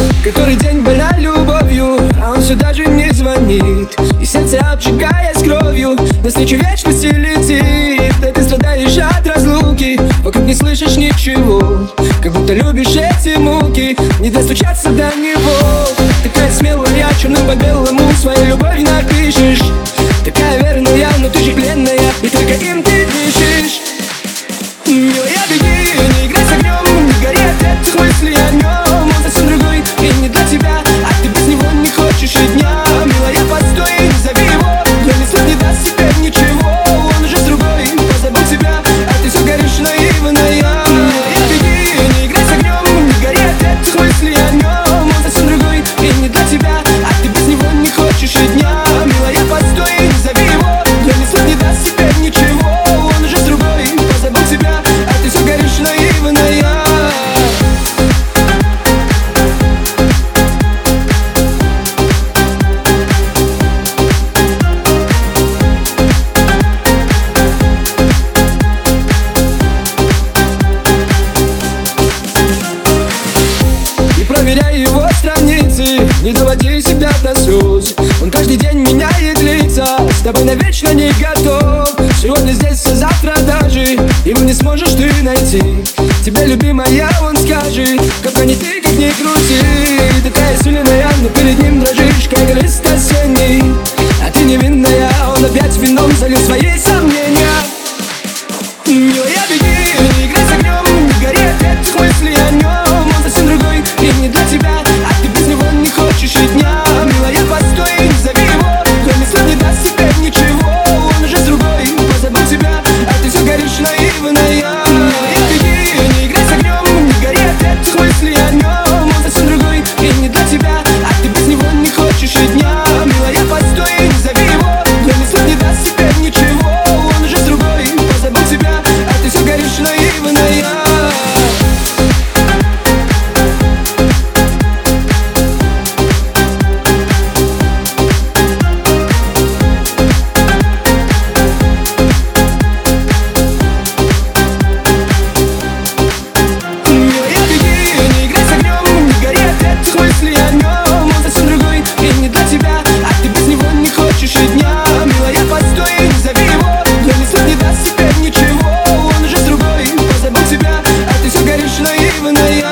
который день больна любовью, а он все даже не звонит, и сердце обжигая с кровью навстречу вечности летит. Да ты страдаешь от разлуки, вокруг не слышишь ничего, как будто любишь эти муки, не достучаться до него. Такая смелая, черным по белому своей любовью напишешь. Такая верная, но ты же пленная, и только им ты дышишь. Милая, беги, не играй с огнем, не гори от этих мыслей о нем. Он совсем другой и не для тебя, а ты без него не хочешь и дня. Милая, постой, не зови его, кроме слов не даст тебе ничего. Он уже с другой, позабыл тебя, а ты все горишь наивная. Милая, беги, не играй с огнем, не гори от этих мыслей о нем. Он совсем другой и не для тебя, а ты без него не хочешь и дня. Милая, постой, не зови его, кроме слов не даст тебе ничего. Он уже с другой, позабыл тебя, а ты все горишь наивная. И проверяй его страницы, не доводи себя до слез. Он каждый день меняет лица, с тобой навечно не готов. Сегодня здесь, а завтра даже его не сможешь ты найти. Тебя, любимая, он скажет, как не ты, как ни крути. Такая сильная, но перед ним дрожишь, как лист осенний. А ты невинная, он опять вином залил свои сомнения. Милая, беги, не играй с огнем, не гори от этих мыслей о нем. Он совсем другой и не для тебя, а ты без него не хочешь и дня. Милая, постой, не зови его, кроме слов не даст тебе ничего. Он уже с другой, позабыл тебя, а ты все горишь наивная. Милая, беги, не играй с огнем, не гори от этих мыслей о нем. Он совсем другой и не для тебя, а ты без него не хочешь и дня. Милая, постой, не зови его, кроме слов не даст тебе ничего. Он уже с другой, позабыл тебя, а ты все горишь наивная. Милая, беги, не играй с огнем, не гори от этих мыслей о нем. Он совсем другой и не для тебя, а ты без него не хочешь и дня. Милая, постой, не зови его, кроме слов не даст тебе ничего. Он уже с другой, позабыл тебя, а ты все горишь наивная.